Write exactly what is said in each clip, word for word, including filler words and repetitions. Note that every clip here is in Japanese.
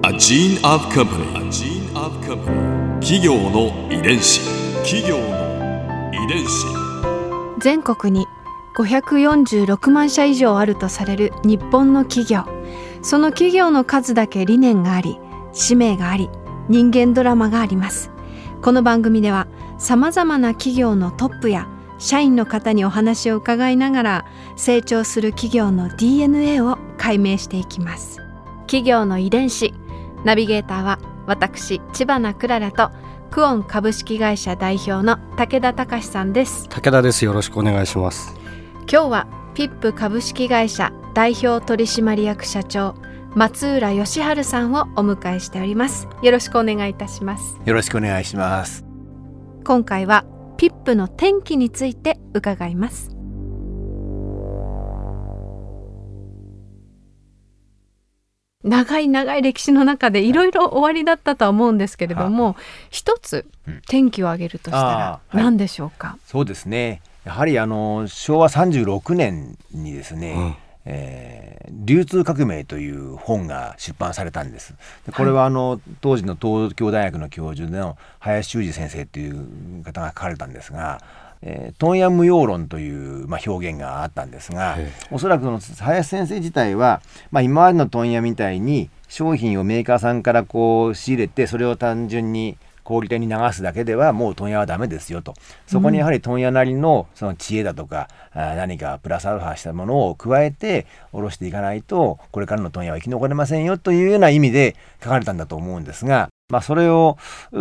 A gene of company. A gene of company. 企業の遺伝子。企業の遺伝子。 全国にごひゃくよんじゅうろくまんしゃ以上あるとされる日本の企業。その企業の数だけ理念があり、使命があり、人間ドラマがあります。この番組ではさまざまな企業のトップや社員の方にお話を伺いながら、成長する企業の ディーエヌエー を解明していきます。企業の遺伝子。ナビゲーターは私知花くららとクオン株式会社代表の武田隆さんです。 武田です。よろしくお願いします。 今日はピップ株式会社代表取締役社長松浦義治さんをお迎えしております。よろしくお願いいたします。 よろしくお願いします。 今回はピップの転機について伺います。長い長い歴史の中でいろいろ終わりだったとは思うんですけれども、一つ転機を挙げるとしたら何でしょうか。はい、 そうですね、やはりあのしょうわさんじゅうろくねんにですね、うんえー、流通革命という本が出版されたんです。でこれはあの、はい、当時の東京大学の教授の林修二先生という方が書かれたんですが、えー、問屋無用論という、まあ、表現があったんですが、おそらくその林先生自体は、まあ、今までの問屋みたいに商品をメーカーさんからこう仕入れて、それを単純に小売店に流すだけではもう問屋はダメですよと。そこにやはり問屋なりのその知恵だとか、うん、何かプラスアルファしたものを加えて卸していかないと、これからの問屋は生き残れませんよというような意味で書かれたんだと思うんですが、まあ、それを、うん、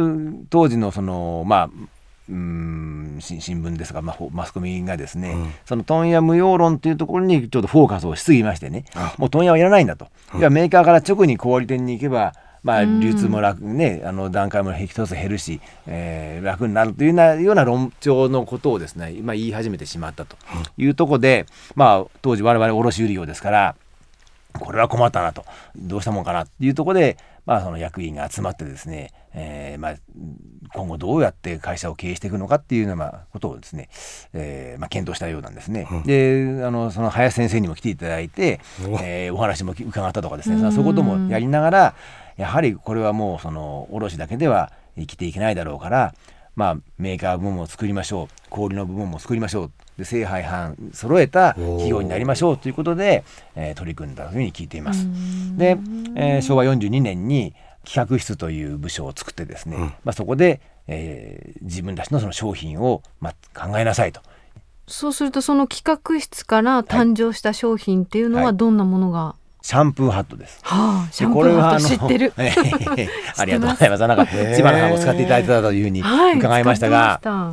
当時のそのまあうーん新聞ですとか、まあ、マスコミがですね、うん、その問屋無用論というところにちょっとフォーカスをしすぎましてね、もう問屋はいらないんだと、うん、いやメーカーから直に小売店に行けば、まあ、流通も楽、ね、あの段階も一つ減るし、えー、楽になるというような論調のことをですね、まあ、言い始めてしまったというところで、まあ、当時我々卸売業ですから、これは困ったなと、どうしたもんかなっていうところで、まあ、その役員が集まってですね、えーまあ、今後どうやって会社を経営していくのかっていうようなことをですね、えーまあ、検討したようなんですね。うん、であのその林先生にも来ていただいて、えー、お話も伺ったとかですね、そういうこともやりながら、やはりこれはもうその卸だけでは生きていけないだろうから、まあ、メーカー部門を作りましょう、小売の部門も作りましょう、で正廃反揃えた企業になりましょうということで、えー、取り組んだというふうに聞いています。で、えー、しょうわよんじゅうにねんに企画室という部署を作ってですね、うんまあ、そこで、えー、自分たちのその商品を、まあ、考えなさいと。 そうするとその企画室から誕生した商品っていうのはどんなものが、はいはい、 シャンプーハットです。 はあ、シャンプーハット知ってる。 ありがとうございます。なんか千葉さんも使っていただいてたというふうに伺いましたが、はい、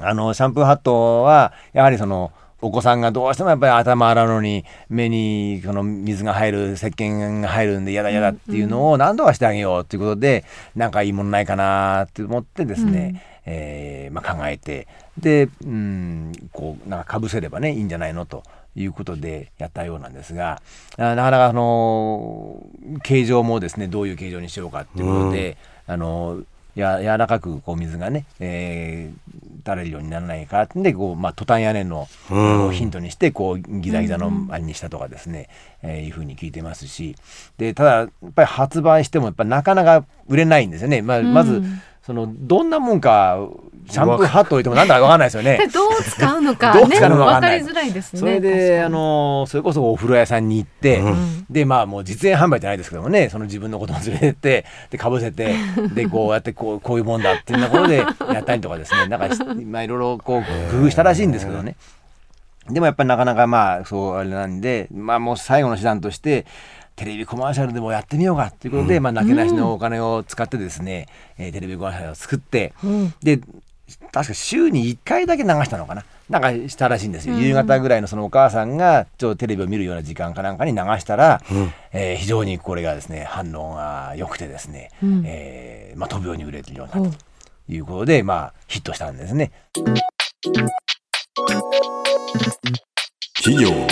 あのシャンプーハットはやはりそのお子さんがどうしてもやっぱり頭洗うのに目にその水が入る、石鹸が入るんでやだやだっていうのを何とかしてあげようということで、うん、なんかいいものないかなって思ってですね、うんえーまあ、考えて、で、うん、こうなんか被せればねいいんじゃないのということでやったようなんですが、なかなかあの形状もですね、どういう形状にしようかっていうことで、うん、あのや柔らかくこう水がね、えー、垂れるようにならないかでこう、まあ、トタン屋根の、うん、ヒントにしてこうギザギザのあれにしたとかですね、うんえー、いうふうに聞いてますし、でただやっぱり発売してもやっぱなかなか売れないんですよね。まあ、まず、うんそのどんなもんかシャンプーハット置いてもなんだか分かんないですよね。 どう使うのかどう使うのか分かんない、 ね、分かりづらいですね。 それであのそれこそお風呂屋さんに行って、うん、でまあもう実演販売じゃないですけどもね、その自分のことを連れてってでかぶせてでこうやってこうこういうもんだっていうところでやったりとかですね、なんかまあいろいろこう工夫したらしいんですけどね。でもやっぱりなかなかまあそうあれなんで、まあもう最後の手段としてテレビコマーシャルでもやってみようかということで、うんまあ、なけなしのお金を使ってですね、うんえー、テレビコマーシャルを作って、うん、で確か週にいっかいだけ流したのかななんかしたらしいんですよ、うん、夕方ぐらいのそのお母さんがちょっとテレビを見るような時間かなんかに流したら、うんえー、非常にこれがですね反応が良くてですね、うんえーまあ、飛ぶように売れてるようになったということで、まあ、ヒットしたんですね。 企業の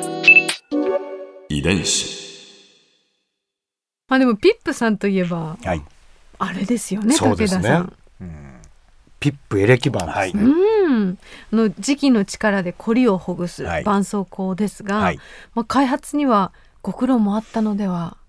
遺伝子。 まあ、でもピップさんといえば、はい、あれですよね、 そうですね、 武田さん、 うん、ピップエレキバンですね、 はいうん、あの磁気の力でコリをほぐす絆創膏ですが、はいまあ、開発にはご苦労もあったのでは。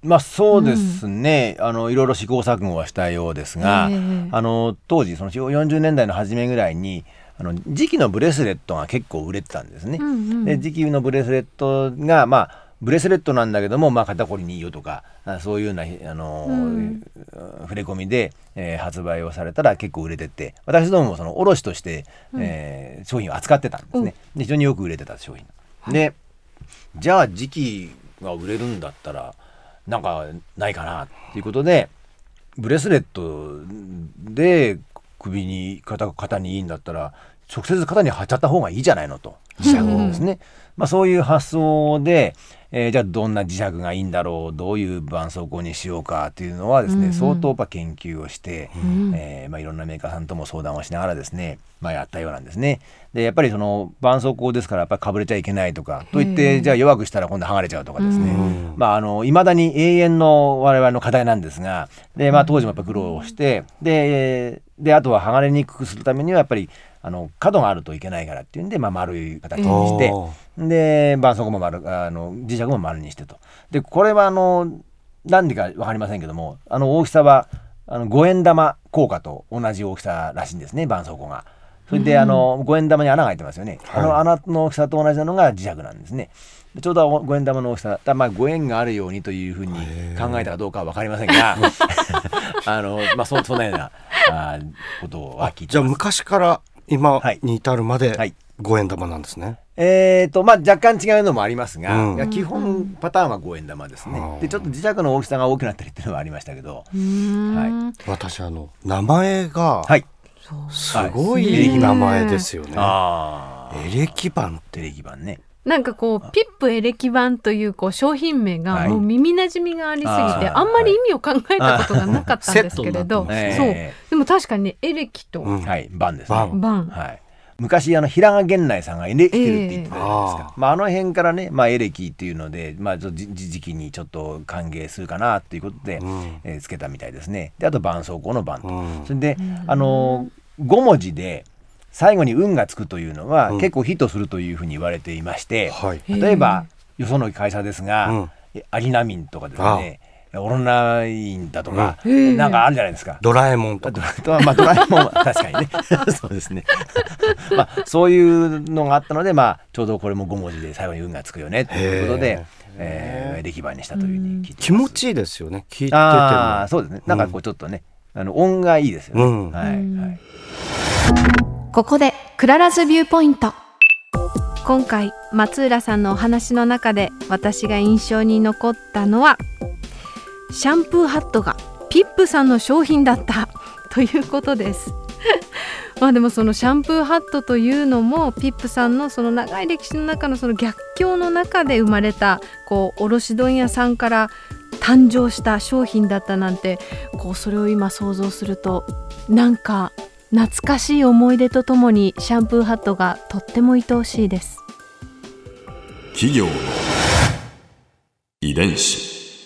まあそうですね、うん、あのいろいろ試行錯誤はしたようですが、えー、あの当時そのよんじゅうねんだいの初めぐらいにあの磁器のブレスレットが結構売れてたんですね、うんうん、で磁器のブレスレットがまあブレスレットなんだけども、まあ、肩こりにいいよとかそういうようなあの、うん、触れ込みで、えー、発売をされたら結構売れてて、私どももその卸として、えーうん、商品を扱ってたんですね。で非常によく売れてた商品、はい、でじゃあ磁器が売れるんだったらなんかないかなっていうことで、ブレスレットで首に 肩, 肩にいいんだったら直接肩に貼っちゃった方がいいじゃないのと、磁石ですね、うんまあ、そういう発想で、えー、じゃあどんな磁石がいいんだろう、どういう絆創膏にしようかっていうのはですね、うんうん、相当やっぱ研究をして、うんえーまあ、いろんなメーカーさんとも相談をしながらですね、まあ、やったようなんですね。でやっぱりその絆創膏ですからやっぱりかぶれちゃいけないとかといってじゃあ弱くしたら今度剥がれちゃうとかですね、うんまあ、あの未だに永遠の我々の課題なんですが、で、まあ、当時もやっぱ苦労をしてでであとは剥がれにくくするためにはやっぱりあの角があるといけないからっていうんで、まあ、丸い形にして、で絆創膏も丸あの磁石も丸にしてと。でこれはあの何でか分かりませんけども、あの大きさはあのごえん玉硬貨と同じ大きさらしいんですね、絆創膏が。それであのごえん玉に穴が開いてますよね、はい、あの穴の大きさと同じなのが磁石なんですね。ちょうどごえん玉の大きさだ、まあ、ご縁があるようにというふうに考えたかどうかは分かりませんがあの、まあ、そ, そんなようなあことは聞いてます。 じゃあ昔から今に至るまでごえん玉なんですね。 はいはい、えーとまあ、若干違うのもありますが、うん、いや基本パターンはごえん玉ですね。でちょっと磁石の大きさが大きくなったりっていうのはありましたけど、 はい、私あの名前がすごい名前ですよね、はい、エレキバンってエレキバンね、 なんかこうピップエレキバンというこう商品名がもう耳なじみがありすぎて、はい、あんまり意味を考えたことがなかったんですけれど、はい、そうでも確かにねエレキと、 うんはい、バンですね。 バン、バン、 はい、昔あの平賀源内さんがエレキテルって言ってたじゃないですか、えーまあ、あの辺からね、まあ、エレキっていうので、まあ、時期にちょっと歓迎するかなっていうことで、うんえー、つけたみたいですね。であと絆創膏の絆と、うん、それで、うん、あのごもじで最後に運がつくというのは、うん、結構ヒットするというふうに言われていまして、はい、例えばよその会社ですが、うん、アリナミンとかですね、オロナインだとか、うん、なんかあるじゃないですか。 ドラえもんとかまあ、ドラえもんは確かにねそうですねまあ、そういうのがあったので、まあ、ちょうどこれもごもじで最後に運がつくよねということで、えー、出来栄えにしたというふうに聞いてます。 気持ちいいですよね、聞いてても。 あそうですね、なんかこうちょっとね、うん、あの音がいいですよね、うんはいはい、 ここでクララズビューポイント。今回松浦さんのお話の中で私が印象に残ったのはシャンプーハットがピップさんの商品だったということですまあでもそのシャンプーハットというのもピップさんのその長い歴史の中のその逆境の中で生まれたこう卸問屋さんから誕生した商品だったなんて、こうそれを今想像するとなんか懐かしい思い出とともにシャンプーハットがとっても愛おしいです。 企業の遺伝子。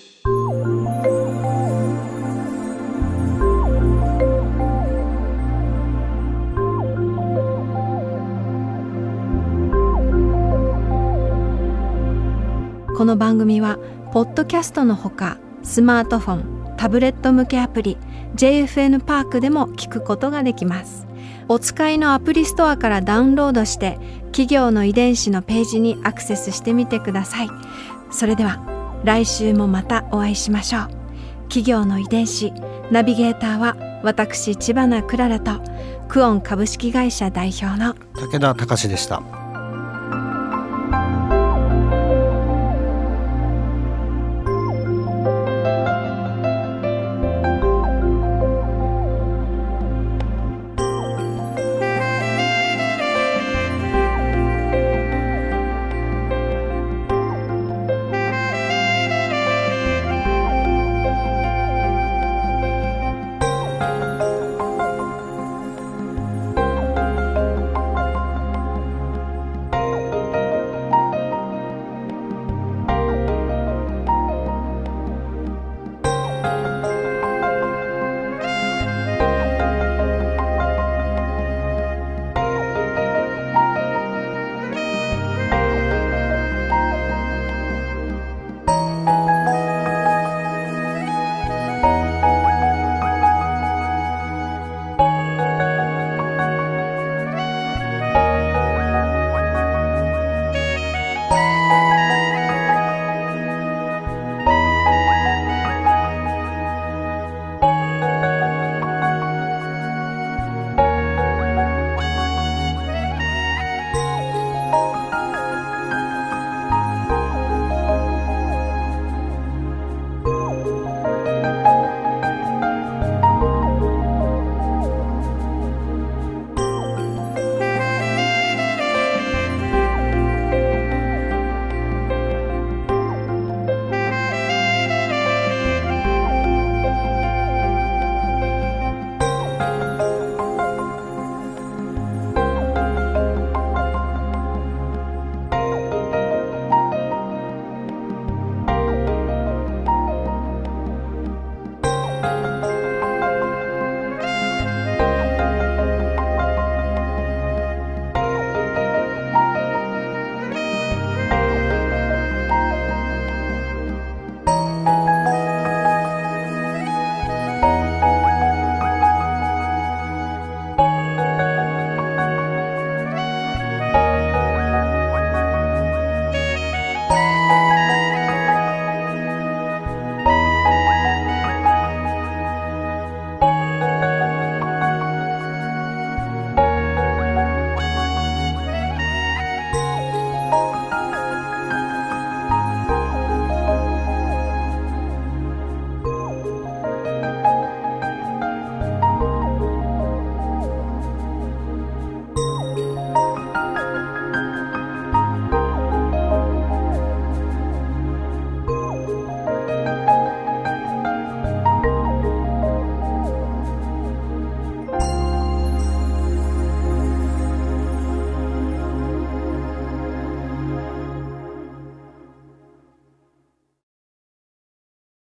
この番組はポッドキャストのほかスマートフォン、タブレット向けアプリ ジェイエフエヌ パークでも聞くことができます。お使いのアプリストアからダウンロードして企業の遺伝子のページにアクセスしてみてください。それでは来週もまたお会いしましょう。企業の遺伝子ナビゲーターは私千葉なクララとクオン株式会社代表の武田隆でした。